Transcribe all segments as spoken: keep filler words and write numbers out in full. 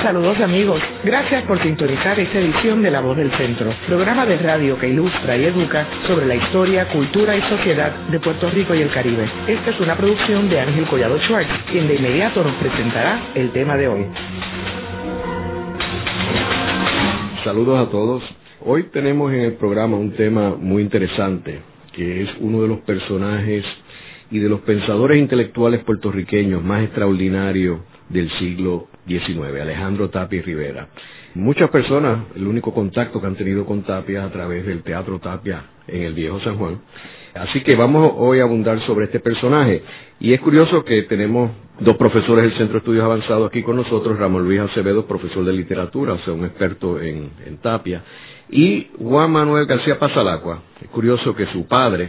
Saludos amigos, gracias por sintonizar esta edición de La Voz del Centro, programa de radio que ilustra y educa sobre la historia, cultura y sociedad de Puerto Rico y el Caribe. Esta es una producción de Ángel Collado Schwartz, quien de inmediato nos presentará el tema de hoy. Saludos a todos. Hoy tenemos en el programa un tema muy interesante, que es uno de los personajes y de los pensadores intelectuales puertorriqueños más extraordinarios del siglo diecinueve, Alejandro Tapia y Rivera. Muchas personas, el único contacto que han tenido con Tapia es a través del Teatro Tapia en el Viejo San Juan. Así que vamos hoy a abundar sobre este personaje. Y es curioso que tenemos dos profesores del Centro de Estudios Avanzados aquí con nosotros, Ramón Luis Acevedo, profesor de literatura, o sea, un experto en, en Tapia, y Juan Manuel García Pasalacua. Es curioso que su padre,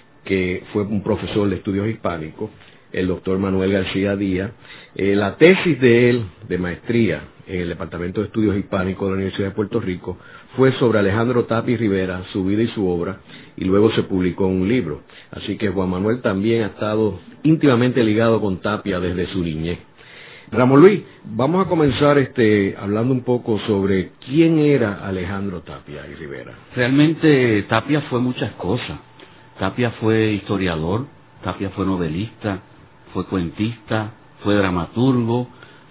que fue un profesor de estudios hispánicos, el doctor Manuel García Díaz, eh, la tesis de él, de maestría, en el Departamento de Estudios Hispánicos de la Universidad de Puerto Rico, fue sobre Alejandro Tapia y Rivera, su vida y su obra, y luego se publicó un libro. Así que Juan Manuel también ha estado íntimamente ligado con Tapia desde su niñez. Ramón Luis, vamos a comenzar este hablando un poco sobre quién era Alejandro Tapia y Rivera. Realmente Tapia fue muchas cosas. Tapia fue historiador, Tapia fue novelista, fue cuentista, fue dramaturgo,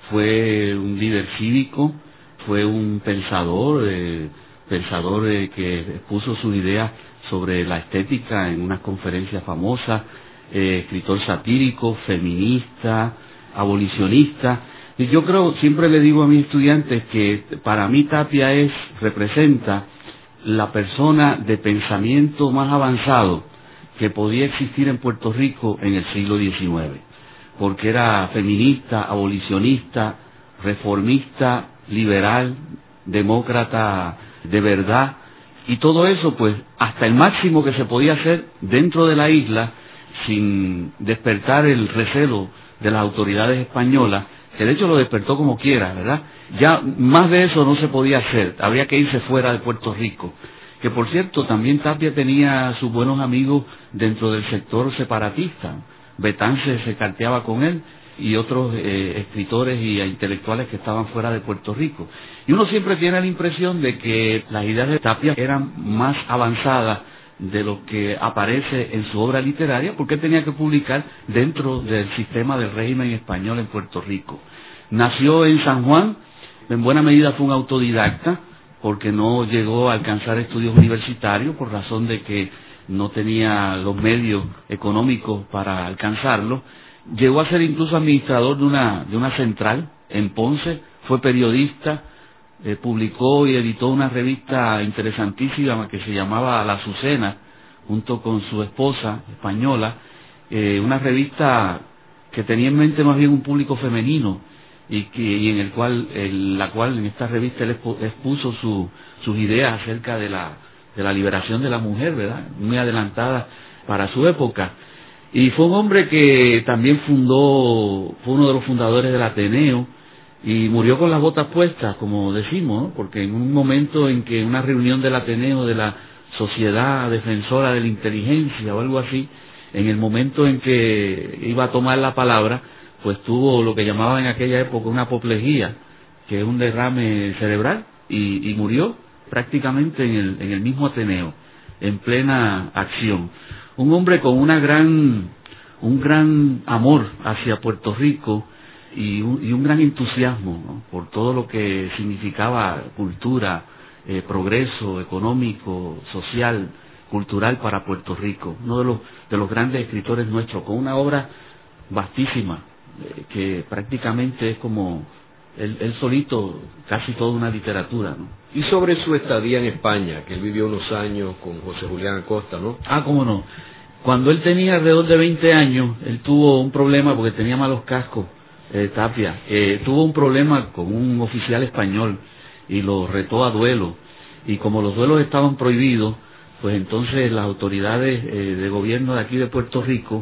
fue un líder cívico, fue un pensador, eh, pensador eh, que expuso sus ideas sobre la estética en unas conferencias famosas, eh, escritor satírico, feminista, abolicionista. Y yo creo, siempre le digo a mis estudiantes que para mí Tapia es, representa la persona de pensamiento más avanzado que podía existir en Puerto Rico en el siglo diecinueve, porque era feminista, abolicionista, reformista, liberal, demócrata de verdad, y todo eso pues hasta el máximo que se podía hacer dentro de la isla sin despertar el recelo de las autoridades españolas, que de hecho lo despertó como quiera, ¿verdad? Ya más de eso no se podía hacer, habría que irse fuera de Puerto Rico. Que por cierto, también Tapia tenía sus buenos amigos dentro del sector separatista. Betance se carteaba con él y otros eh, escritores y intelectuales que estaban fuera de Puerto Rico. Y uno siempre tiene la impresión de que las ideas de Tapia eran más avanzadas de lo que aparece en su obra literaria, porque él tenía que publicar dentro del sistema del régimen español en Puerto Rico. Nació en San Juan, en buena medida fue un autodidacta, porque no llegó a alcanzar estudios universitarios por razón de que no tenía los medios económicos para alcanzarlo. Llegó a ser incluso administrador de una, de una central en Ponce, fue periodista, eh, publicó y editó una revista interesantísima que se llamaba La Azucena, junto con su esposa española, eh, una revista que tenía en mente más bien un público femenino, y que y en el cual en la cual en esta revista él expuso su, sus ideas acerca de la de la liberación de la mujer, ¿verdad? Muy adelantada para su época. Y fue un hombre que también fundó, fue uno de los fundadores del Ateneo y murió con las botas puestas, como decimos, ¿no? Porque en un momento en que una reunión del Ateneo, de la Sociedad Defensora de la Inteligencia o algo así, en el momento en que iba a tomar la palabra, pues tuvo lo que llamaban en aquella época una apoplejía, que es un derrame cerebral, y, y murió prácticamente en el, en el mismo Ateneo, en plena acción. Un hombre con una gran, un gran amor hacia Puerto Rico y un, y un gran entusiasmo, ¿no?, por todo lo que significaba cultura, eh, progreso económico, social, cultural para Puerto Rico. Uno de los, de los grandes escritores nuestros, con una obra vastísima, que prácticamente es como él, él solito, casi toda una literatura, ¿no? Y sobre su estadía en España, que él vivió unos años con José Julián Acosta, ¿no? Ah, cómo no. Cuando él tenía alrededor de veinte años, él tuvo un problema porque tenía malos cascos, eh, Tapia. Eh, tuvo un problema con un oficial español y lo retó a duelo. Y como los duelos estaban prohibidos, pues entonces las autoridades eh, de gobierno de aquí de Puerto Rico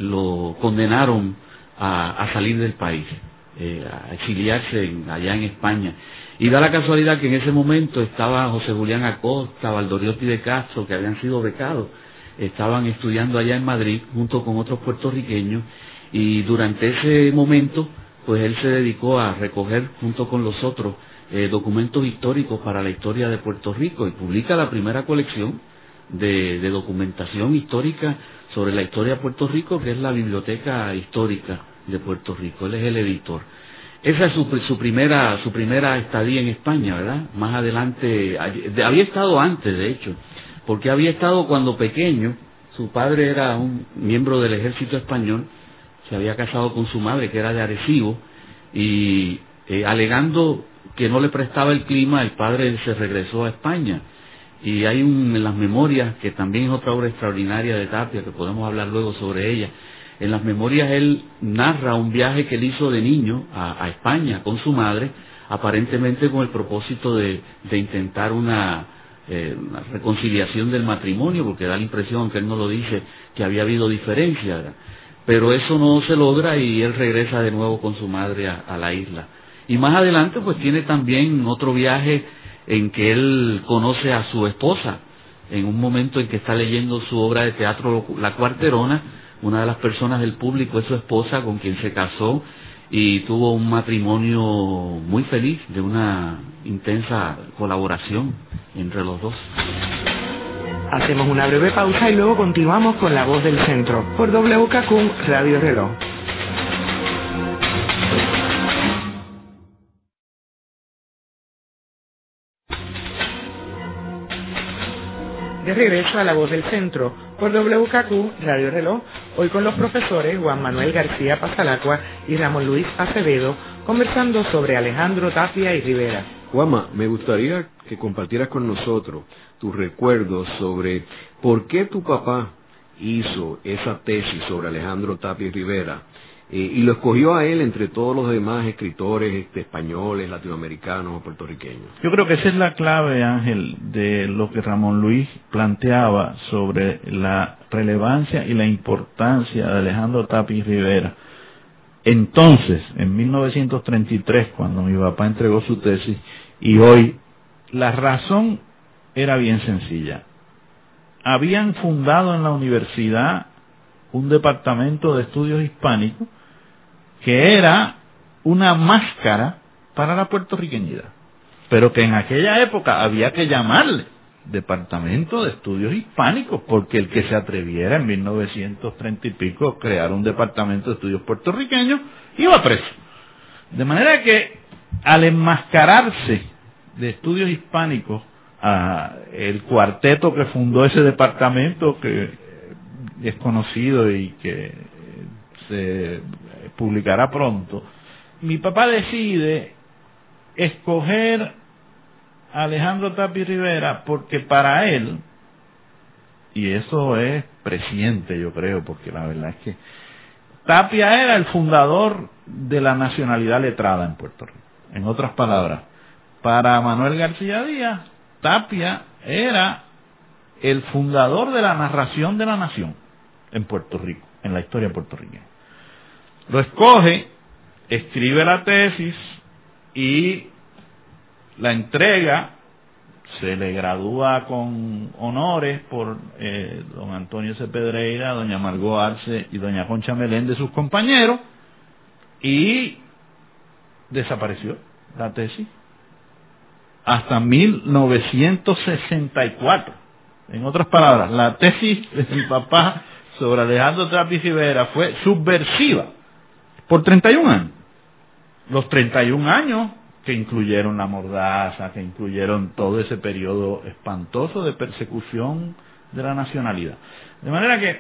lo condenaron A, a salir del país, eh, a exiliarse en, allá en España. Y da la casualidad que en ese momento estaba José Julián Acosta, Valdoriotti de Castro, que habían sido becados, estaban estudiando allá en Madrid junto con otros puertorriqueños, y durante ese momento pues él se dedicó a recoger junto con los otros eh, documentos históricos para la historia de Puerto Rico y publica la primera colección de, de documentación histórica sobre la historia de Puerto Rico, que es la Biblioteca Histórica de Puerto Rico. Él es el editor. Esa es su, su primera su primera estadía en España, ¿verdad? Más adelante, había estado antes, de hecho, porque había estado cuando pequeño. Su padre era un miembro del ejército español, se había casado con su madre, que era de Arecibo, y eh, alegando que no le prestaba el clima, el padre se regresó a España. Y hay un, en las memorias, que también es otra obra extraordinaria de Tapia, que podemos hablar luego sobre ella. En las memorias él narra un viaje que él hizo de niño a, a España con su madre, aparentemente con el propósito de, de intentar una, eh, una reconciliación del matrimonio, porque da la impresión, aunque él no lo dice, que había habido diferencias, ¿verdad? Pero eso no se logra y él regresa de nuevo con su madre a, a la isla. Y más adelante pues tiene también otro viaje en que él conoce a su esposa, en un momento en que está leyendo su obra de teatro La Cuarterona. Una de las personas del público es su esposa, con quien se casó y tuvo un matrimonio muy feliz, de una intensa colaboración entre los dos. Hacemos una breve pausa y luego continuamos con La Voz del Centro por W K Q Radio Reloj. De regreso a La Voz del Centro por W K Q Radio Reloj, hoy con los profesores Juan Manuel García Pasalacua y Ramón Luis Acevedo, conversando sobre Alejandro Tapia y Rivera. Juanma, me gustaría que compartieras con nosotros tus recuerdos sobre por qué tu papá hizo esa tesis sobre Alejandro Tapia y Rivera, eh, y lo escogió a él entre todos los demás escritores este, españoles, latinoamericanos o puertorriqueños. Yo creo que esa es la clave, Ángel, de lo que Ramón Luis planteaba sobre la relevancia y la importancia de Alejandro Tapia y Rivera. Entonces, en mil novecientos treinta y tres, cuando mi papá entregó su tesis, y hoy, la razón era bien sencilla. Habían fundado en la universidad un departamento de estudios hispánicos que era una máscara para la puertorriqueñidad, pero que en aquella época había que llamarle Departamento de Estudios Hispánicos, porque el que se atreviera en mil novecientos treinta y pico crear un departamento de estudios puertorriqueños iba preso. De manera que al enmascararse de estudios hispánicos a el cuarteto que fundó ese departamento, que es conocido y que se publicará pronto, mi papá decide escoger a Alejandro Tapia y Rivera porque para él, y eso es presciente yo creo, porque la verdad es que Tapia era el fundador de la nacionalidad letrada en Puerto Rico. En otras palabras, para Manuel García Díaz, Tapia era el fundador de la narración de la nación en Puerto Rico, en la historia puertorriqueña. Lo escoge, escribe la tesis y la entrega, se le gradúa con honores por eh, don Antonio C. Pedreira, doña Margot Arce y doña Concha Meléndez, sus compañeros, y desapareció la tesis hasta mil novecientos sesenta y cuatro. En otras palabras, la tesis de mi papá sobre Alejandro Tapia y Rivera fue subversiva por treinta y un años. Los treinta y un años que incluyeron la mordaza, que incluyeron todo ese periodo espantoso de persecución de la nacionalidad. De manera que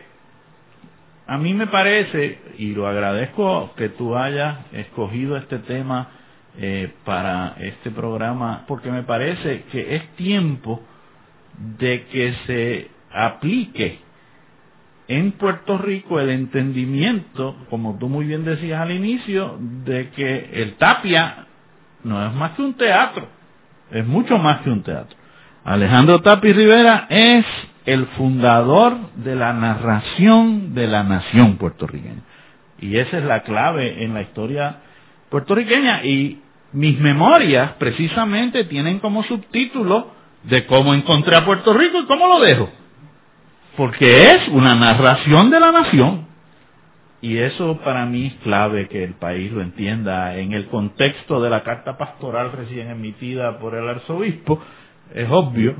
a mí me parece, y lo agradezco que tú hayas escogido este tema eh, para este programa, porque me parece que es tiempo de que se aplique en Puerto Rico el entendimiento, como tú muy bien decías al inicio, de que el Tapia no es más que un teatro, es mucho más que un teatro. Alejandro Tapia y Rivera es el fundador de la narración de la nación puertorriqueña. Y esa es la clave en la historia puertorriqueña. Y mis memorias precisamente tienen como subtítulo de cómo encontré a Puerto Rico y cómo lo dejo. Porque es una narración de la nación. Y eso para mí es clave que el país lo entienda en el contexto de la carta pastoral recién emitida por el arzobispo. Es obvio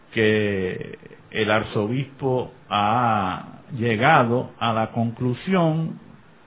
que el arzobispo ha llegado a la conclusión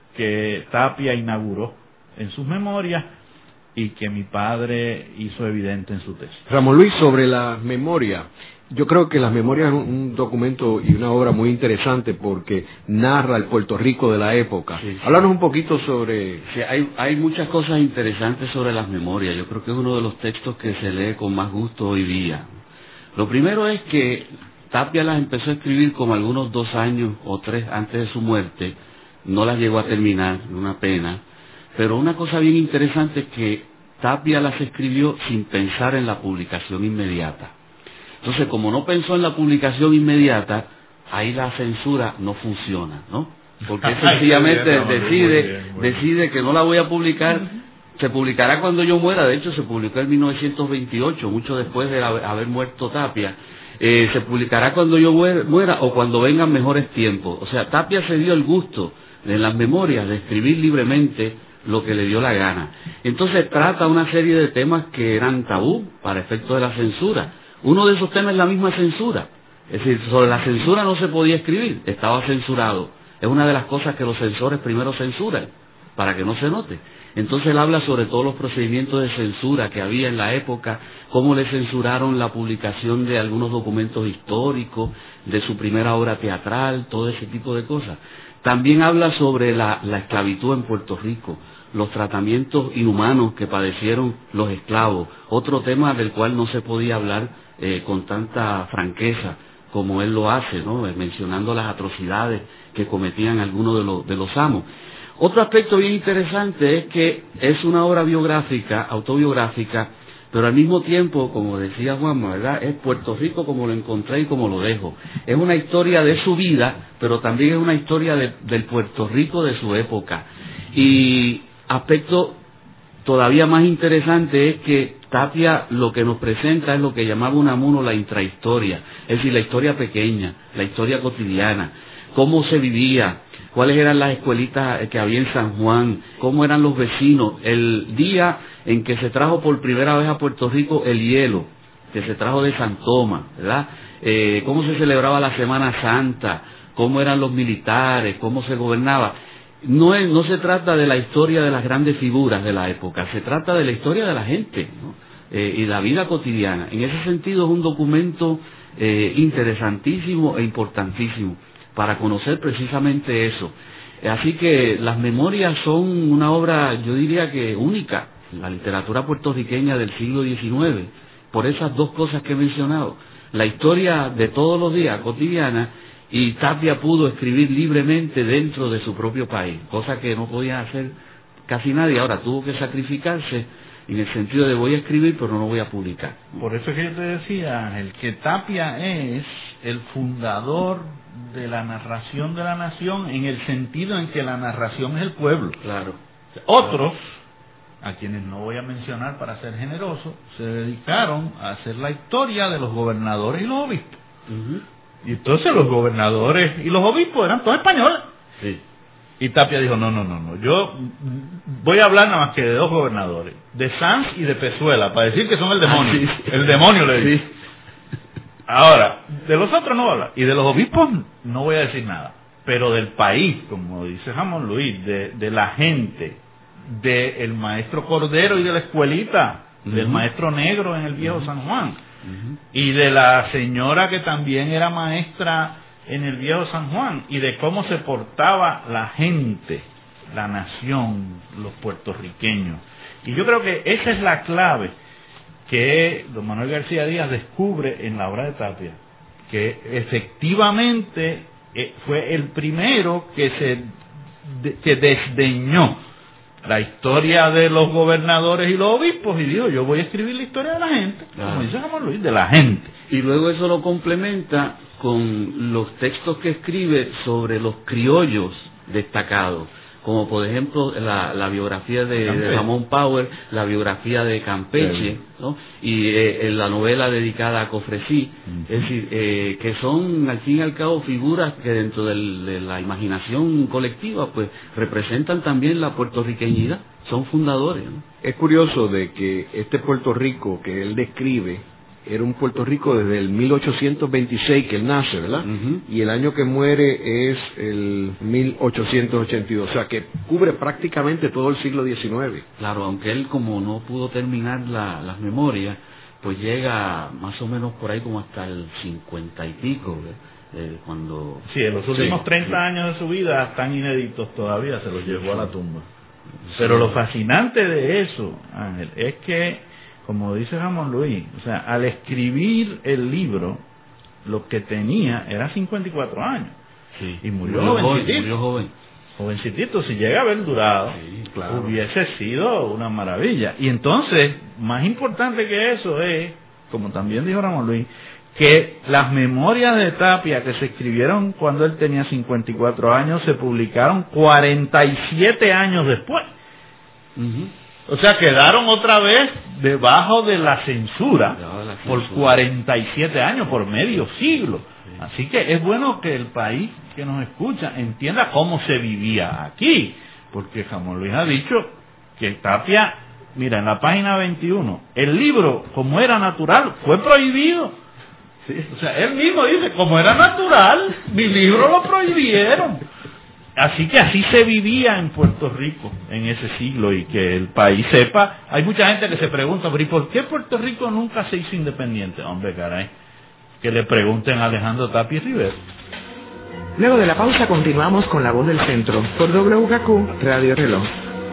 que Tapia inauguró en sus memorias y que mi padre hizo evidente en su tesis. Ramón Luis, sobre la memoria, yo creo que las memorias es un documento y una obra muy interesante porque narra el Puerto Rico de la época. Sí, sí. Háblanos un poquito sobre... Sí, hay, hay muchas cosas interesantes sobre las memorias. Yo creo que es uno de los textos que se lee con más gusto hoy día. Lo primero es que Tapia las empezó a escribir como algunos dos años o tres antes de su muerte. No las llegó a terminar, una pena. Pero una cosa bien interesante es que Tapia las escribió sin pensar en la publicación inmediata. Entonces, como no pensó en la publicación inmediata, ahí la censura no funciona, ¿no? Porque sencillamente decide, decide que no la voy a publicar, se publicará cuando yo muera. De hecho, se publicó en mil novecientos veintiocho, mucho después de haber muerto Tapia. Eh, se publicará cuando yo muera o cuando vengan mejores tiempos. O sea, Tapia se dio el gusto en las memorias de escribir libremente lo que le dio la gana. Entonces trata una serie de temas que eran tabú para efecto de la censura. Uno de esos temas es la misma censura. Es decir, sobre la censura no se podía escribir, estaba censurado. Es una de las cosas que los censores primero censuran, para que no se note. Entonces él habla sobre todos los procedimientos de censura que había en la época, cómo le censuraron la publicación de algunos documentos históricos, de su primera obra teatral, todo ese tipo de cosas. También habla sobre la, la esclavitud en Puerto Rico, los tratamientos inhumanos que padecieron los esclavos, otro tema del cual no se podía hablar eh, con tanta franqueza como él lo hace, ¿no? Mencionando las atrocidades que cometían algunos de los, de los amos. Otro aspecto bien interesante es que es una obra biográfica, autobiográfica, pero al mismo tiempo, como decía Juanma, ¿verdad?, es Puerto Rico como lo encontré y como lo dejo. Es una historia de su vida, pero también es una historia de, del Puerto Rico de su época. Y aspecto todavía más interesante es que Tapia lo que nos presenta es lo que llamaba Unamuno la intrahistoria, es decir, la historia pequeña, la historia cotidiana, cómo se vivía, cuáles eran las escuelitas que había en San Juan, cómo eran los vecinos, el día en que se trajo por primera vez a Puerto Rico el hielo, que se trajo de San Tomás, ¿verdad? Eh, cómo se celebraba la Semana Santa, cómo eran los militares, cómo se gobernaba. No es, no se trata de la historia de las grandes figuras de la época, se trata de la historia de la gente, ¿no? eh, y la vida cotidiana. En ese sentido es un documento eh, interesantísimo e importantísimo para conocer precisamente eso. Así que las memorias son una obra, yo diría que única, en la literatura puertorriqueña del siglo diecinueve, por esas dos cosas que he mencionado. La historia de todos los días, cotidiana, y Tapia pudo escribir libremente dentro de su propio país, cosa que no podía hacer casi nadie. Ahora tuvo que sacrificarse en el sentido de voy a escribir pero no voy a publicar. Por eso es que yo te decía, Ángel, que Tapia es el fundador de la narración de la nación en el sentido en que la narración es el pueblo. Claro. Otros, a quienes no voy a mencionar para ser generoso, se dedicaron a hacer la historia de los gobernadores y los obispos. Uh-huh. Y entonces los gobernadores y los obispos eran todos españoles. Sí. Y Tapia dijo, no, no, no, no, yo voy a hablar nada más que de dos gobernadores, de Sanz y de Pezuela, para decir que son el demonio. Ah, sí, sí. El demonio le dice. Sí. Ahora, de los otros no voy a hablar. Y de los obispos no voy a decir nada. Pero del país, como dice Ramón Luis, de, de la gente, del maestro Cordero y de la escuelita, uh-huh. del maestro Negro en el viejo uh-huh. San Juan, uh-huh. y de la señora que también era maestra en el viejo San Juan, y de cómo se portaba la gente, la nación, los puertorriqueños. Y yo creo que esa es la clave que don Manuel García Díaz descubre en la obra de Tapia, que efectivamente eh, fue el primero que se de, que desdeñó la historia de los gobernadores y los obispos y dijo, yo voy a escribir la historia de la gente, claro. como dice Ramón Luis, de la gente. Y luego eso lo complementa con los textos que escribe sobre los criollos destacados. como por ejemplo la, la biografía de, de Ramón Power, la biografía de Campeche, ¿no? Y eh, la novela dedicada a Cofresí, uh-huh. Es decir, eh, que son al fin y al cabo figuras que dentro del, de la imaginación colectiva pues representan también la puertorriqueñidad, son fundadores, ¿no? Es curioso de que este Puerto Rico que él describe era un Puerto Rico desde el mil ochocientos veintiséis que él nace, ¿verdad? Uh-huh. Y el año que muere es el mil ochocientos ochenta y dos, o sea que cubre prácticamente todo el siglo diecinueve. Claro, aunque él como no pudo terminar la, las memorias, pues llega más o menos por ahí como hasta el cincuenta y pico, eh, cuando... Sí, en los últimos sí. treinta años de su vida están inéditos todavía, se los llevó a la tumba. Sí. Pero lo fascinante de eso, Ángel, es que como dice Ramón Luis, o sea, al escribir el libro, lo que tenía era cincuenta y cuatro años. Sí. Y murió, murió jovencitito. Murió joven. Jovencitito, si llega a haber durado, sí, claro. Hubiese sido una maravilla. Y entonces, más importante que eso es, como también dijo Ramón Luis, que las memorias de Tapia que se escribieron cuando él tenía cincuenta y cuatro años se publicaron cuarenta y siete años después. Uh-huh. O sea, quedaron otra vez debajo de la censura, de la por cuarenta y siete años, por medio siglo. Sí. Así que es bueno que el país que nos escucha entienda cómo se vivía aquí, porque Ramón Luis ha dicho que Tapia, mira, en la página veintiuno, el libro, como era natural, fue prohibido. Sí. O sea, él mismo dice, como era natural, mi libro lo prohibieron. Así que así se vivía en Puerto Rico en ese siglo, y que el país sepa. Hay mucha gente que se pregunta, pero ¿y por qué Puerto Rico nunca se hizo independiente? Hombre, caray, que le pregunten a Alejandro Tapia Rivera. Luego de la pausa continuamos con La Voz del Centro por W K Q Radio Reloj.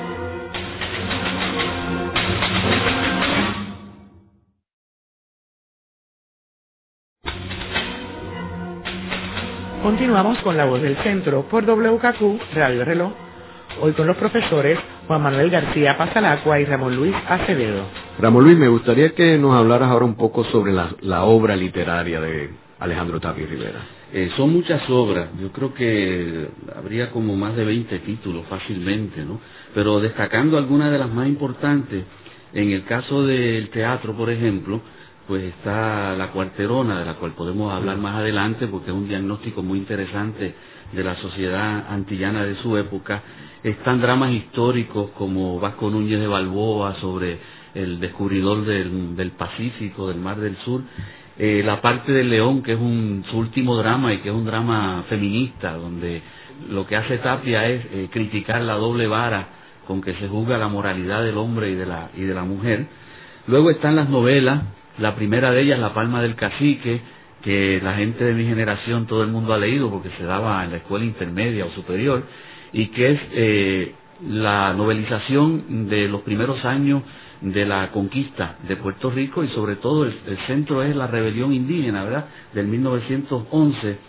Continuamos con La Voz del Centro por W K Q Radio Reloj, hoy con los profesores Juan Manuel García Pasalacua y Ramón Luis Acevedo. Ramón Luis, me gustaría que nos hablaras ahora un poco sobre la, la obra literaria de Alejandro Tapia Rivera. Eh, son muchas obras, yo creo que habría como más de veinte títulos fácilmente, ¿no? Pero destacando algunas de las más importantes, en el caso del teatro, por ejemplo, pues está La Cuarterona, de la cual podemos hablar más adelante, porque es un diagnóstico muy interesante de la sociedad antillana de su época. Están dramas históricos como Vasco Núñez de Balboa sobre el descubridor del, del Pacífico, del Mar del Sur. Eh, La Parte del León, que es un, su último drama, y que es un drama feminista, donde lo que hace Tapia es eh, criticar la doble vara con que se juzga la moralidad del hombre y de la, y de la mujer. Luego están las novelas. La primera de ellas, La Palma del Cacique, que la gente de mi generación, todo el mundo ha leído porque se daba en la escuela intermedia o superior, y que es eh, la novelización de los primeros años de la conquista de Puerto Rico, y sobre todo el, el centro es la rebelión indígena, ¿verdad?, del mil novecientos once.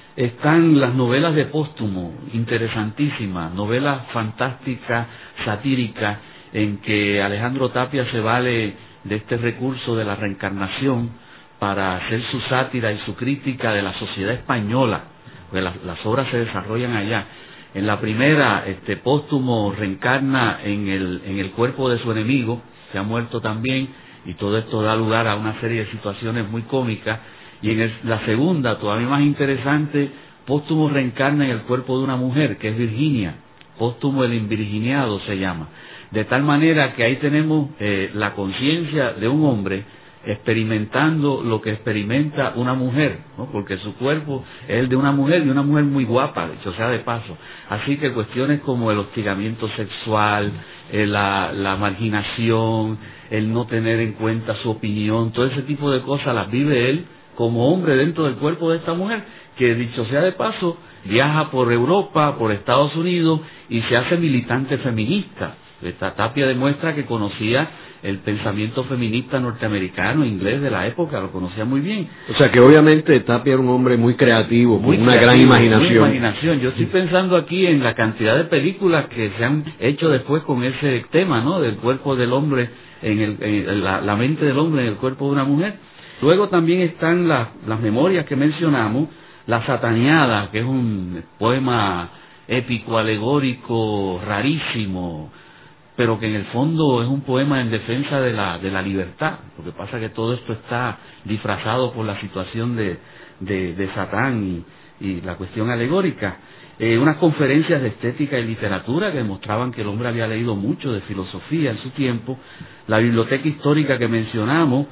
Están las novelas de Póstumo, interesantísimas, novelas fantásticas, satíricas, en que Alejandro Tapia se vale de este recurso de la reencarnación para hacer su sátira y su crítica de la sociedad española, porque las, las obras se desarrollan allá. En la primera, este Póstumo reencarna en el, en el cuerpo de su enemigo, que ha muerto también, y todo esto da lugar a una serie de situaciones muy cómicas. Y en el, la segunda, todavía más interesante, Póstumo reencarna en el cuerpo de una mujer, que es Virginia. Póstumo el Invirginiado se llama. De tal manera que ahí tenemos eh, la conciencia de un hombre experimentando lo que experimenta una mujer, ¿no? Porque su cuerpo es el de una mujer, y una mujer muy guapa, dicho sea de paso. Así que cuestiones como el hostigamiento sexual, eh, la, la marginación, el no tener en cuenta su opinión, todo ese tipo de cosas las vive él como hombre dentro del cuerpo de esta mujer, que dicho sea de paso, viaja por Europa, por Estados Unidos, y se hace militante feminista. Esta Tapia demuestra que conocía el pensamiento feminista norteamericano, inglés de la época, lo conocía muy bien. O sea que obviamente Tapia era un hombre muy creativo, muy con una creativo, gran imaginación. Muy imaginación. Yo estoy pensando aquí en la cantidad de películas que se han hecho después con ese tema, ¿no?, del cuerpo del hombre, en, el, en la, la mente del hombre en el cuerpo de una mujer. Luego también están las, las memorias que mencionamos, La Sataneada, que es un poema épico, alegórico, rarísimo, pero que en el fondo es un poema en defensa de la de la libertad. Lo que pasa es que todo esto está disfrazado por la situación de, de, de Satán y, y la cuestión alegórica. Eh, unas conferencias de estética y literatura que demostraban que el hombre había leído mucho de filosofía en su tiempo, la biblioteca histórica que mencionamos,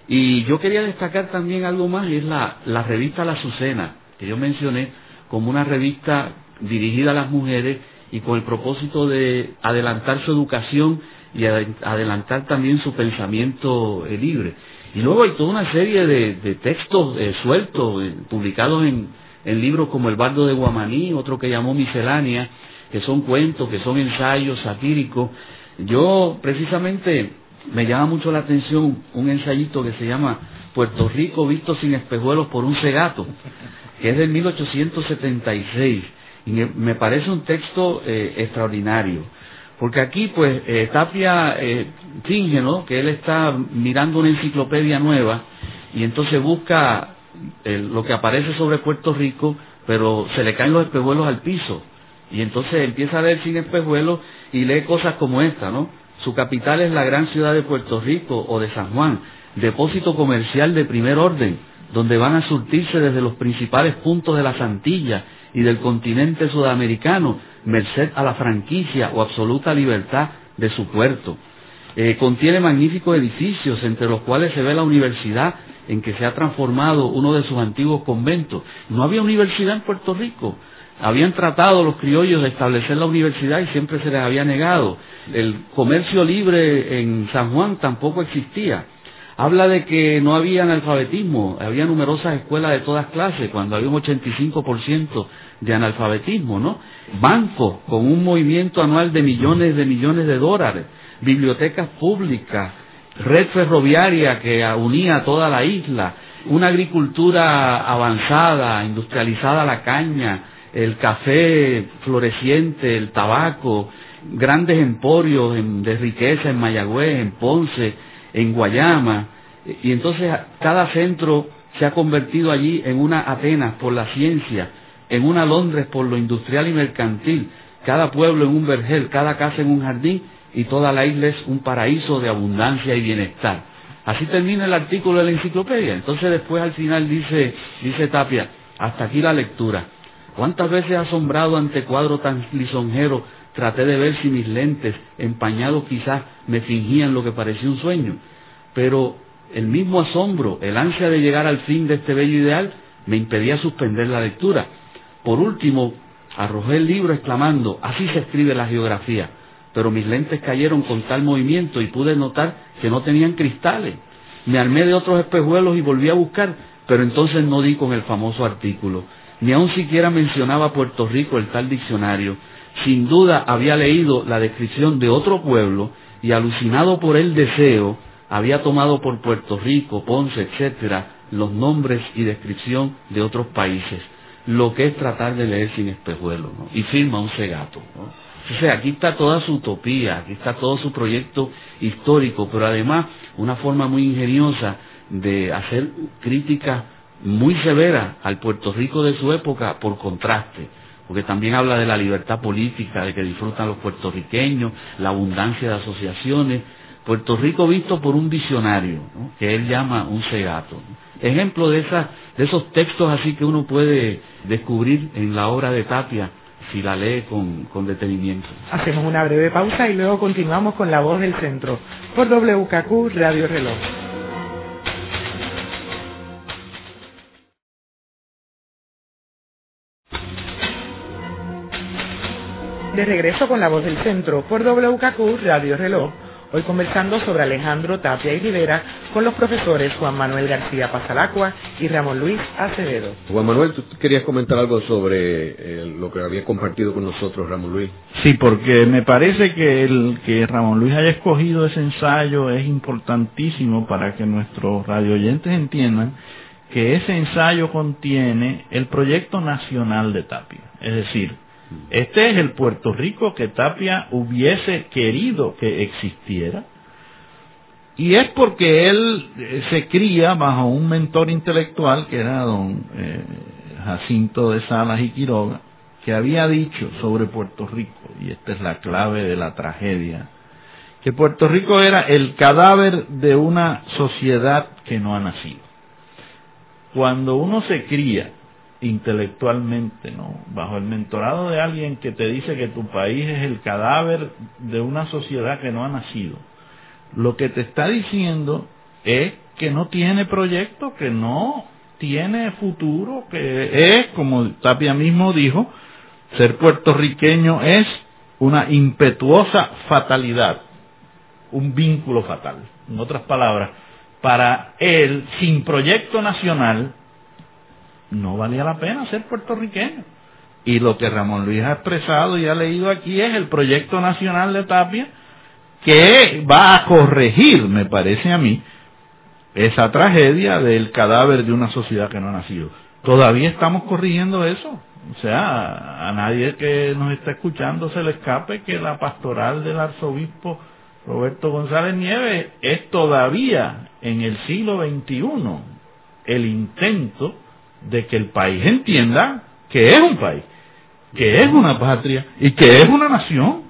y yo quería destacar también algo más, y es la, la revista La Azucena, que yo mencioné como una revista dirigida a las mujeres y con el propósito de adelantar su educación y adelantar también su pensamiento eh, libre. Y luego hay toda una serie de, de textos eh, sueltos, eh, publicados en en libros como El Bardo de Guamaní, otro que llamó Miscelánea, que son cuentos, que son ensayos satíricos. Yo, precisamente, me llama mucho la atención un ensayito que se llama Puerto Rico visto sin espejuelos por un cegato, que es del mil ochocientos setenta y seis, y me parece un texto eh, extraordinario, porque aquí, pues, eh, Tapia eh, finge, ¿no?, que él está mirando una enciclopedia nueva, y entonces busca El, lo que aparece sobre Puerto Rico, pero se le caen los espejuelos al piso, y entonces empieza a leer sin espejuelos y lee cosas como esta, ¿no? Su capital es la gran ciudad de Puerto Rico o de San Juan, depósito comercial de primer orden, donde van a surtirse desde los principales puntos de las Antillas y del continente sudamericano, merced a la franquicia o absoluta libertad de su puerto. Eh, contiene magníficos edificios, entre los cuales se ve la universidad en que se ha transformado uno de sus antiguos conventos. No había universidad en Puerto Rico. Habían tratado los criollos de establecer la universidad y siempre se les había negado. El comercio libre en San Juan tampoco existía. Habla de que no había analfabetismo, había numerosas escuelas de todas clases, cuando había un ochenta y cinco por ciento de analfabetismo, ¿no? Bancos con un movimiento anual de millones de millones de dólares, bibliotecas públicas, red ferroviaria que unía a toda la isla, una agricultura avanzada, industrializada, la caña, el café floreciente, el tabaco, grandes emporios en, de riqueza en Mayagüez, en Ponce, en Guayama, y entonces cada centro se ha convertido allí en una Atenas por la ciencia, en una Londres por lo industrial y mercantil, cada pueblo en un vergel, cada casa en un jardín, y toda la isla es un paraíso de abundancia y bienestar. Así termina el artículo de la enciclopedia. Entonces después al final dice, dice Tapia, hasta aquí la lectura. ¿Cuántas veces asombrado ante cuadro tan lisonjero traté de ver si mis lentes, empañados quizás, me fingían lo que parecía un sueño? Pero el mismo asombro, el ansia de llegar al fin de este bello ideal, me impedía suspender la lectura. Por último, arrojé el libro exclamando, así se escribe la geografía. Pero mis lentes cayeron con tal movimiento y pude notar que no tenían cristales. Me armé de otros espejuelos y volví a buscar, pero entonces no di con el famoso artículo. Ni aun siquiera mencionaba Puerto Rico el tal diccionario. Sin duda había leído la descripción de otro pueblo y, alucinado por el deseo, había tomado por Puerto Rico, Ponce, etcétera, los nombres y descripción de otros países. Lo que es tratar de leer sin espejuelos, ¿no? Y firma un cegato, ¿no? O sea, aquí está toda su utopía, aquí está todo su proyecto histórico, pero además una forma muy ingeniosa de hacer críticas muy severas al Puerto Rico de su época por contraste, porque también habla de la libertad política de que disfrutan los puertorriqueños, la abundancia de asociaciones. Puerto Rico visto por un visionario, ¿no?, que él llama un cegato, ¿no? Ejemplo de, esas, de esos textos así que uno puede descubrir en la obra de Tapia, si la lee con, con detenimiento. Hacemos una breve pausa y luego continuamos con La Voz del Centro por W K Q Radio Reloj. De regreso con La Voz del Centro por W K Q Radio Reloj, hoy conversando sobre Alejandro Tapia y Rivera con los profesores Juan Manuel García Pasalacua y Ramón Luis Acevedo. Juan Manuel, tú querías comentar algo sobre eh, lo que había compartido con nosotros Ramón Luis. Sí, porque me parece que el que Ramón Luis haya escogido ese ensayo es importantísimo para que nuestros radioyentes entiendan que ese ensayo contiene el proyecto nacional de Tapia, es decir, este es el Puerto Rico que Tapia hubiese querido que existiera, y es porque él se cría bajo un mentor intelectual que era don eh, Jacinto de Salas y Quiroga, que había dicho sobre Puerto Rico, y esta es la clave de la tragedia, que Puerto Rico era el cadáver de una sociedad que no ha nacido. Cuando uno se cría intelectualmente, ¿no?, bajo el mentorado de alguien que te dice que tu país es el cadáver de una sociedad que no ha nacido, lo que te está diciendo es que no tiene proyecto, que no tiene futuro, que es, como Tapia mismo dijo, ser puertorriqueño es una impetuosa fatalidad, un vínculo fatal. En otras palabras, para él, sin proyecto nacional, no valía la pena ser puertorriqueño. Y lo que Ramón Luis ha expresado y ha leído aquí es el proyecto nacional de Tapia, que va a corregir, me parece a mí, esa tragedia del cadáver de una sociedad que no ha nacido. Todavía estamos corrigiendo eso. O sea, a nadie que nos está escuchando se le escape que la pastoral del arzobispo Roberto González Nieves es todavía en el siglo veintiuno el intento de que el país entienda que es un país, que es una patria y que es una nación.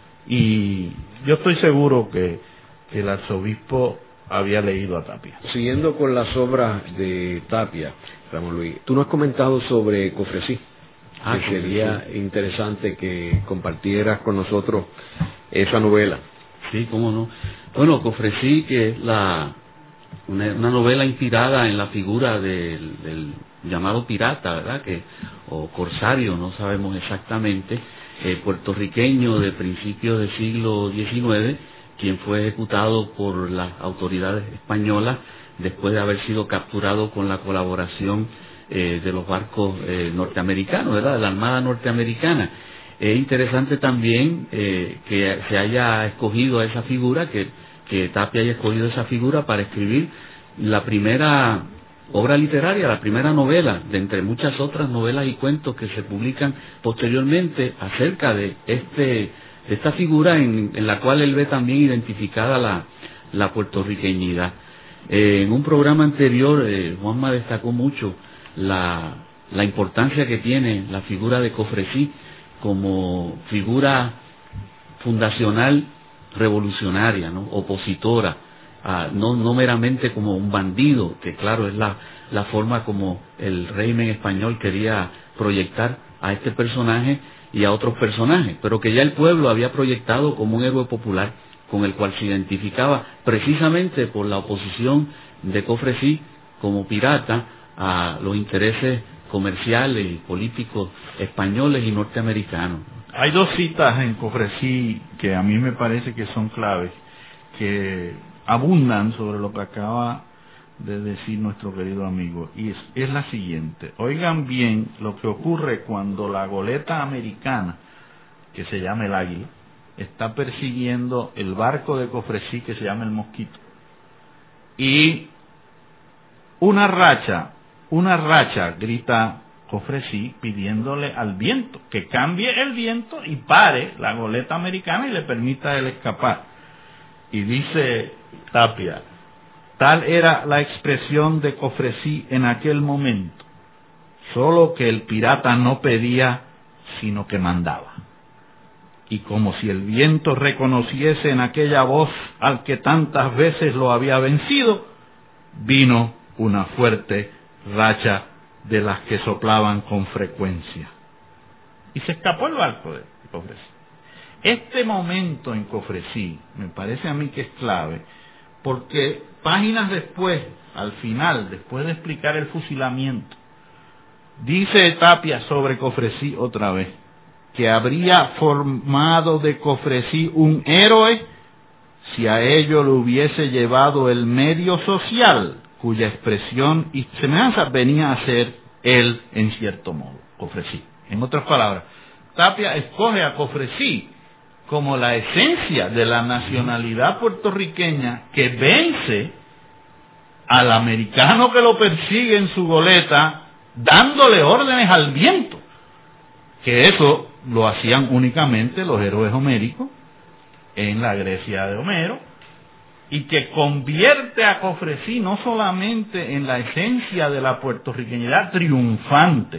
Y yo estoy seguro que, que el arzobispo había leído a Tapia. Siguiendo con las obras de Tapia, Ramón Luis, tú nos has comentado sobre Cofresí, ah, que sería sí. interesante que compartieras con nosotros esa novela. Sí, cómo no. Bueno, Cofresí, que es la una, una novela inspirada en la figura del, del llamado pirata, ¿verdad?, que o corsario, no sabemos exactamente, eh, puertorriqueño de principios del siglo diecinueve, quien fue ejecutado por las autoridades españolas después de haber sido capturado con la colaboración eh, de los barcos eh, norteamericanos, ¿verdad?, de la Armada norteamericana. Es interesante también eh, que se haya escogido a esa figura, que, que Tapia haya escogido esa figura para escribir la primera obra literaria, la primera novela, de entre muchas otras novelas y cuentos que se publican posteriormente acerca de este de esta figura en, en la cual él ve también identificada la, la puertorriqueñidad. Eh, en un programa anterior, eh, Juanma destacó mucho la, la importancia que tiene la figura de Cofresí como figura fundacional revolucionaria, ¿no?, opositora, a, no, no meramente como un bandido, que claro es la, la forma como el régimen español quería proyectar a este personaje y a otros personajes, pero que ya el pueblo había proyectado como un héroe popular con el cual se identificaba precisamente por la oposición de Cofresí como pirata a los intereses comerciales y políticos españoles y norteamericanos. Hay dos citas en Cofresí que a mí me parece que son claves, que abundan sobre lo que acaba de decir nuestro querido amigo, y es, es la siguiente. Oigan bien lo que ocurre cuando la goleta americana, que se llama el Águila, está persiguiendo el barco de Cofresí que se llama el Mosquito, y una racha, una racha grita Cofresí pidiéndole al viento que cambie el viento y pare la goleta americana y le permita a él escapar. Y dice Tapia, tal era la expresión de Cofresí en aquel momento, solo que el pirata no pedía, sino que mandaba. Y como si el viento reconociese en aquella voz al que tantas veces lo había vencido, vino una fuerte racha de las que soplaban con frecuencia. Y se escapó el barco de Cofresí. Este momento en Cofresí me parece a mí que es clave, porque páginas después, al final, después de explicar el fusilamiento, dice Tapia sobre Cofresí otra vez, que habría formado de Cofresí un héroe si a ello lo hubiese llevado el medio social, cuya expresión y semejanza venía a ser él en cierto modo, Cofresí. En otras palabras, Tapia escoge a Cofresí como la esencia de la nacionalidad puertorriqueña que vence al americano que lo persigue en su goleta, dándole órdenes al viento, que eso lo hacían únicamente los héroes homéricos en la Grecia de Homero, y que convierte a Cofresí no solamente en la esencia de la puertorriqueñidad triunfante,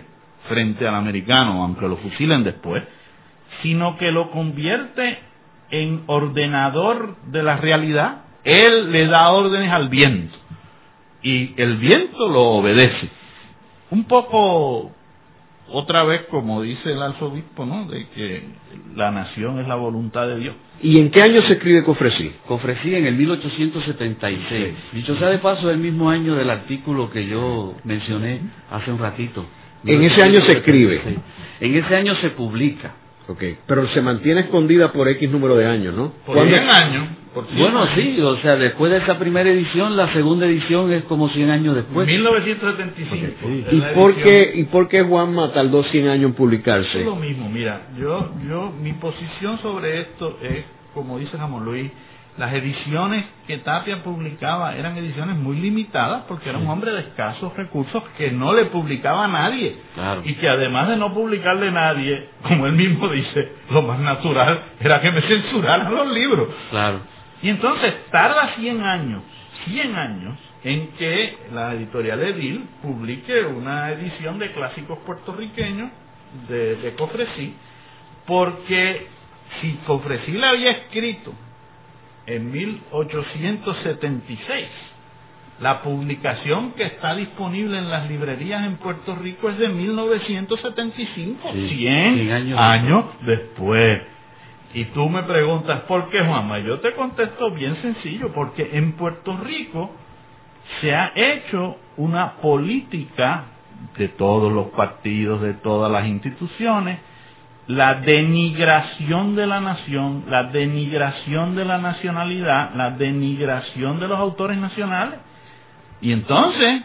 frente al americano, aunque lo fusilen después, sino que lo convierte en ordenador de la realidad. Él le da órdenes al viento y el viento lo obedece. Un poco, otra vez, como dice el arzobispo, ¿no?, de que la nación es la voluntad de Dios. ¿Y en qué año se escribe Cofresí? Cofresí en el mil ochocientos setenta y seis. Dicho sea de paso, es el mismo año del artículo que yo mencioné hace un ratito. En ese año se escribe. En ese año se publica. Ok, pero se mantiene escondida por X número de años, ¿no? Por cien años. Por cien Bueno, años. sí, o sea, después de esa primera edición, la segunda edición es como cien años después. mil novecientos setenta y cinco. Okay. ¿Y por qué, y por qué Juanma tardó cien años en publicarse? Es lo mismo, mira, yo, yo, mi posición sobre esto es, como dice Ramón Luis, las ediciones que Tapia publicaba eran ediciones muy limitadas porque era un hombre de escasos recursos que no le publicaba a nadie. Claro. Y que además de no publicarle a nadie, como él mismo dice, lo más natural era que me censuraran los libros. Claro. Y entonces tarda cien años, cien años, en que la editorial Edil publique una edición de clásicos puertorriqueños de, de Cofresí, porque si Cofresí la había escrito en mil ochocientos setenta y seis, la publicación que está disponible en las librerías en Puerto Rico es de mil novecientos setenta y cinco, Sí, cien cien años, años después. Y tú me preguntas, ¿por qué, Juanma? Yo te contesto bien sencillo, porque en Puerto Rico se ha hecho una política de todos los partidos, de todas las instituciones, la denigración de la nación, la denigración de la nacionalidad, la denigración de los autores nacionales. Y entonces,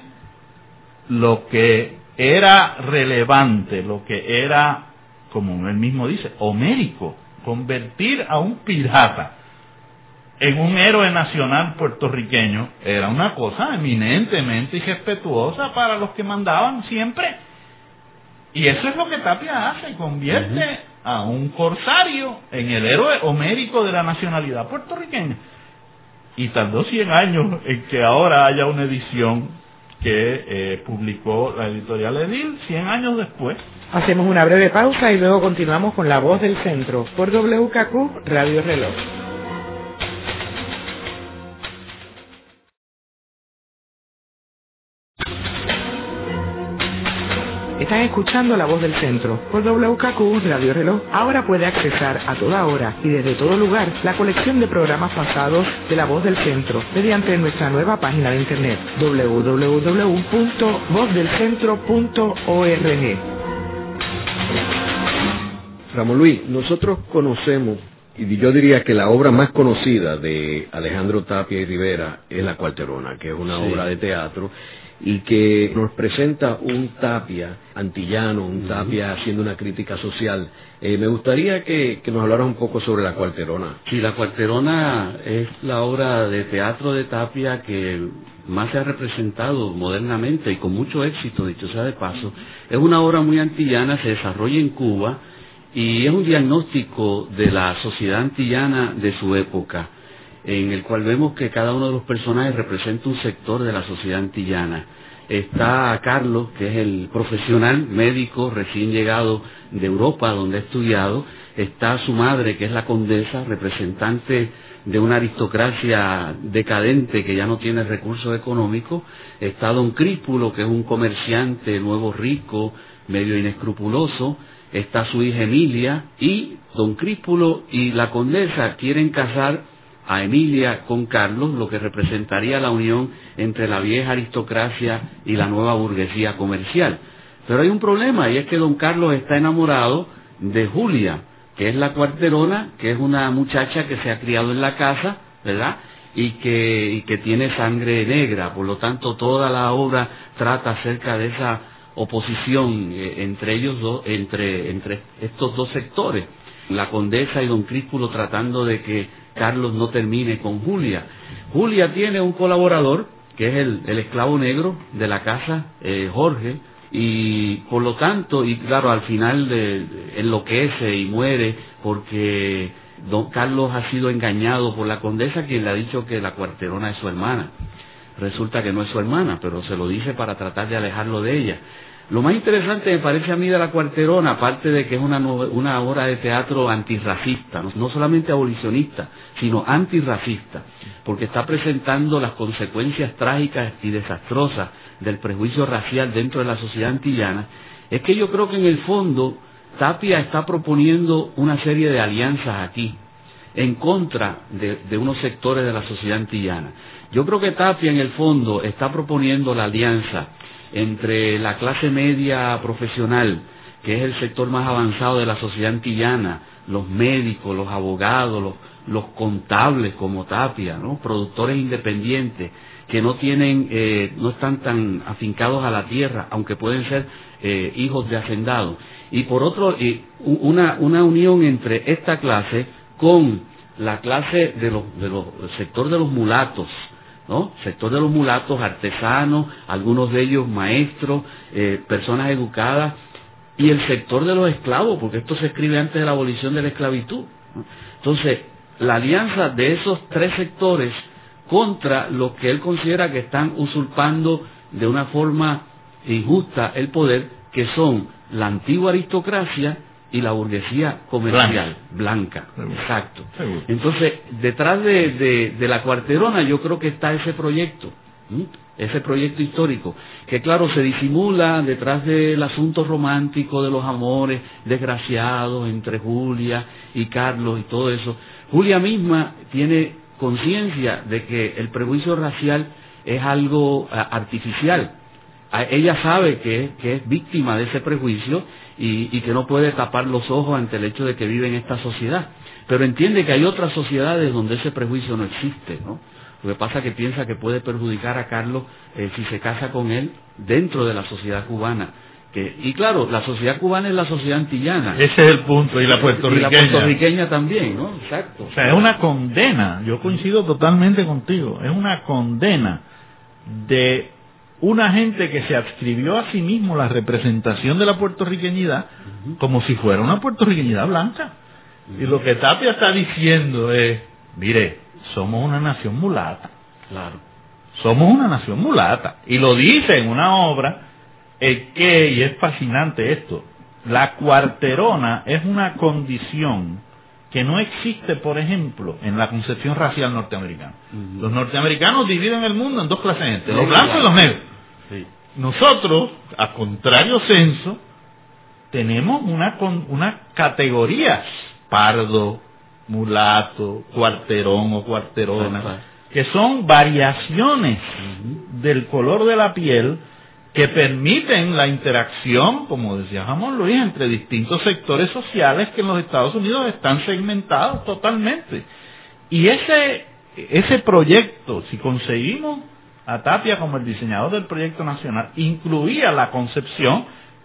lo que era relevante, lo que era, como él mismo dice, homérico, convertir a un pirata en un héroe nacional puertorriqueño, era una cosa eminentemente irrespetuosa para los que mandaban siempre. Y eso es lo que Tapia hace, convierte uh-huh. a un corsario en el héroe homérico de la nacionalidad puertorriqueña. Y tardó cien años en que ahora haya una edición que eh, publicó la editorial Edil, cien años después. Hacemos una breve pausa y luego continuamos con La Voz del Centro por W K Q Radio Reloj. Están escuchando La Voz del Centro por W K Q Radio Reloj. Ahora puede accesar a toda hora y desde todo lugar la colección de programas pasados de La Voz del Centro mediante nuestra nueva página de internet doble u doble u doble u punto voz del centro punto org. Ramón Luis, nosotros conocemos, y yo diría que la obra más conocida de Alejandro Tapia y Rivera es La Cuarterona, que es una sí. obra de teatro y que nos presenta un Tapia antillano, un uh-huh. Tapia haciendo una crítica social. Eh, me gustaría que, que nos hablaras un poco sobre La Cuarterona. Sí, La Cuarterona es la obra de teatro de Tapia que más se ha representado modernamente y con mucho éxito, dicho sea de paso. Es una obra muy antillana, se desarrolla en Cuba y es un diagnóstico de la sociedad antillana de su época, en el cual vemos que cada uno de los personajes representa un sector de la sociedad antillana. Está Carlos, que es el profesional médico recién llegado de Europa, donde ha estudiado. Está su madre, que es la condesa, representante de una aristocracia decadente que ya no tiene recursos económicos. Está don Críspulo, que es un comerciante nuevo rico, medio inescrupuloso. Está su hija Emilia, y don Críspulo y la condesa quieren casar a Emilia con Carlos, lo que representaría la unión entre la vieja aristocracia y la nueva burguesía comercial. Pero hay un problema, y es que don Carlos está enamorado de Julia, que es la cuarterona, que es una muchacha que se ha criado en la casa, ¿verdad?, y que, y que tiene sangre negra. Por lo tanto, toda la obra trata acerca de esa oposición eh, entre ellos dos, entre, entre estos dos sectores. La condesa y don Críspulo tratando de que Carlos no termine con Julia. Julia tiene un colaborador, que es el, el esclavo negro de la casa, eh, Jorge, y por lo tanto, y claro, al final de, de, enloquece y muere porque don Carlos ha sido engañado por la condesa, quien le ha dicho que la cuarterona es su hermana. Resulta que no es su hermana, pero se lo dice para tratar de alejarlo de ella. Lo más interesante me parece a mí de La Cuarterona, aparte de que es una, una obra de teatro antirracista, no, no solamente abolicionista, sino antirracista, porque está presentando las consecuencias trágicas y desastrosas del prejuicio racial dentro de la sociedad antillana, es que yo creo que en el fondo Tapia está proponiendo una serie de alianzas aquí, en contra de, de unos sectores de la sociedad antillana. Yo creo que Tapia en el fondo está proponiendo la alianza entre la clase media profesional, que es el sector más avanzado de la sociedad antillana, los médicos, los abogados, los, los contables como Tapia, ¿no? Productores independientes que no tienen, eh, no están tan afincados a la tierra, aunque pueden ser eh, hijos de hacendados. Y por otro, eh, una, una unión entre esta clase con la clase de los, de los, el sector de los mulatos, ¿no? Sector de los mulatos, artesanos, algunos de ellos maestros, eh, personas educadas, y el sector de los esclavos, porque esto se escribe antes de la abolición de la esclavitud, ¿no? Entonces, la alianza de esos tres sectores contra los que él considera que están usurpando de una forma injusta el poder, que son la antigua aristocracia y la burguesía comercial, blanca, blanca. Exacto. Seguro. Entonces, detrás de, de, de La Cuarterona yo creo que está ese proyecto, ¿sí? Ese proyecto histórico, que claro, se disimula detrás del asunto romántico de los amores desgraciados entre Julia y Carlos y todo eso. Julia misma tiene conciencia de que el prejuicio racial es algo a, artificial. A, ella sabe que, que es víctima de ese prejuicio y, y que no puede tapar los ojos ante el hecho de que vive en esta sociedad, pero entiende que hay otras sociedades donde ese prejuicio no existe, ¿no? Lo que pasa es que piensa que puede perjudicar a Carlos eh, si se casa con él dentro de la sociedad cubana. Que, y claro, la sociedad cubana es la sociedad antillana. Ese es el punto, y la puertorriqueña. Y la puertorriqueña también, ¿no? Exacto. O sea, es una condena, yo coincido totalmente contigo, es una condena de una gente que se adscribió a sí mismo la representación de la puertorriqueñidad uh-huh. como si fuera una puertorriqueñidad blanca. Uh-huh. Y lo que Tapia está diciendo es, mire, somos una nación mulata. Claro. Somos una nación mulata. Y lo dice en una obra, el que, y es fascinante esto, la cuarterona es una condición que no existe, por ejemplo, en la concepción racial norteamericana. Uh-huh. Los norteamericanos dividen el mundo en dos clases de gente, los blancos y los negros. Sí. Nosotros, a contrario censo, tenemos una, una categorías, pardo, mulato, cuarterón o cuarterona, uh-huh. que son variaciones uh-huh. del color de la piel que permiten la interacción, como decía Ramón Luis, entre distintos sectores sociales que en los Estados Unidos están segmentados totalmente. Y ese, ese proyecto, si conseguimos a Tapia como el diseñador del proyecto nacional, incluía la concepción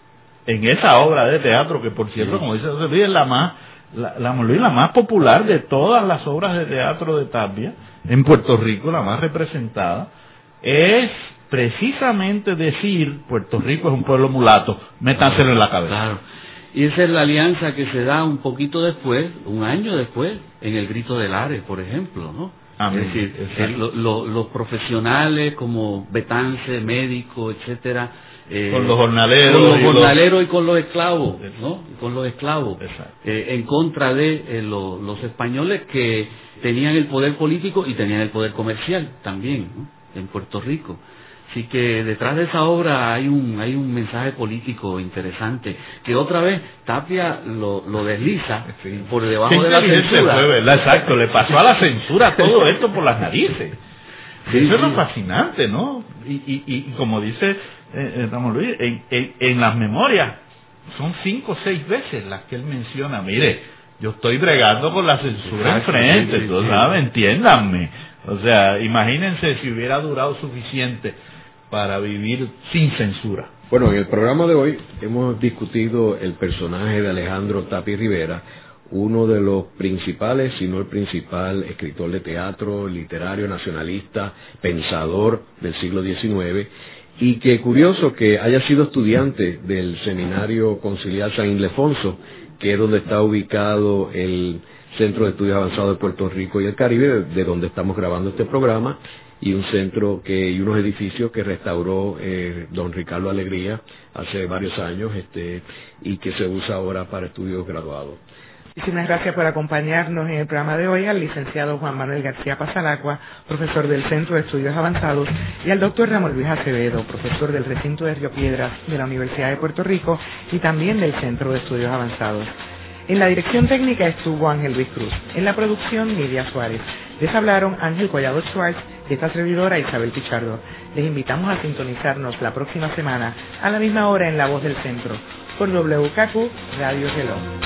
en esa obra de teatro, que por cierto, sí. como dice José Luis, es la más, la, la, la más popular de todas las obras de teatro de Tapia, en Puerto Rico, la más representada, es precisamente decir, Puerto Rico es un pueblo mulato, métanselo en la cabeza. Claro. Y esa es la alianza que se da un poquito después, un año después, en el Grito del Ares, por ejemplo, ¿no? Amén. Es decir, el, lo, lo, los profesionales como Betance, médico, etcétera, eh, con los jornaleros, con los y jornaleros los... y con los esclavos, ¿no? Con los esclavos, eh, en contra de eh, lo, los españoles que tenían el poder político y tenían el poder comercial también, ¿no? En Puerto Rico. Así que detrás de esa obra hay un hay un mensaje político interesante que otra vez Tapia lo, lo desliza sí. por debajo de la censura. Fue, ¿verdad? Exacto, le pasó a la censura todo esto por las narices. Sí, Eso sí. es lo fascinante, ¿no? Y, y, y como dice eh, Ramón Luis, en, en, en las memorias son cinco o seis veces las que él menciona, mire, yo estoy bregando con la censura enfrente, sí, sí, sí. ¿sabes? Entiéndanme. O sea, imagínense si hubiera durado suficiente para vivir sin censura. Bueno, en el programa de hoy hemos discutido el personaje de Alejandro Tapia Rivera, uno de los principales, si no el principal, escritor de teatro, literario, nacionalista, pensador del siglo diecinueve, y que curioso que haya sido estudiante del Seminario Conciliar San Ildefonso, que es donde está ubicado el Centro de Estudios Avanzados de Puerto Rico y el Caribe, de donde estamos grabando este programa, y un centro que y unos edificios que restauró eh, don Ricardo Alegría hace varios años este y que se usa ahora para estudios graduados. Muchísimas gracias por acompañarnos en el programa de hoy al licenciado Juan Manuel García Pasalacua, profesor del Centro de Estudios Avanzados, y al doctor Ramón Luis Acevedo, profesor del recinto de Río Piedras de la Universidad de Puerto Rico y también del Centro de Estudios Avanzados. En la dirección técnica estuvo Ángel Luis Cruz, en la producción Nidia Suárez. Les hablaron Ángel Collado Schwartz y esta servidora Isabel Pichardo. Les invitamos a sintonizarnos la próxima semana a la misma hora en La Voz del Centro por W K Q Radio Reloj.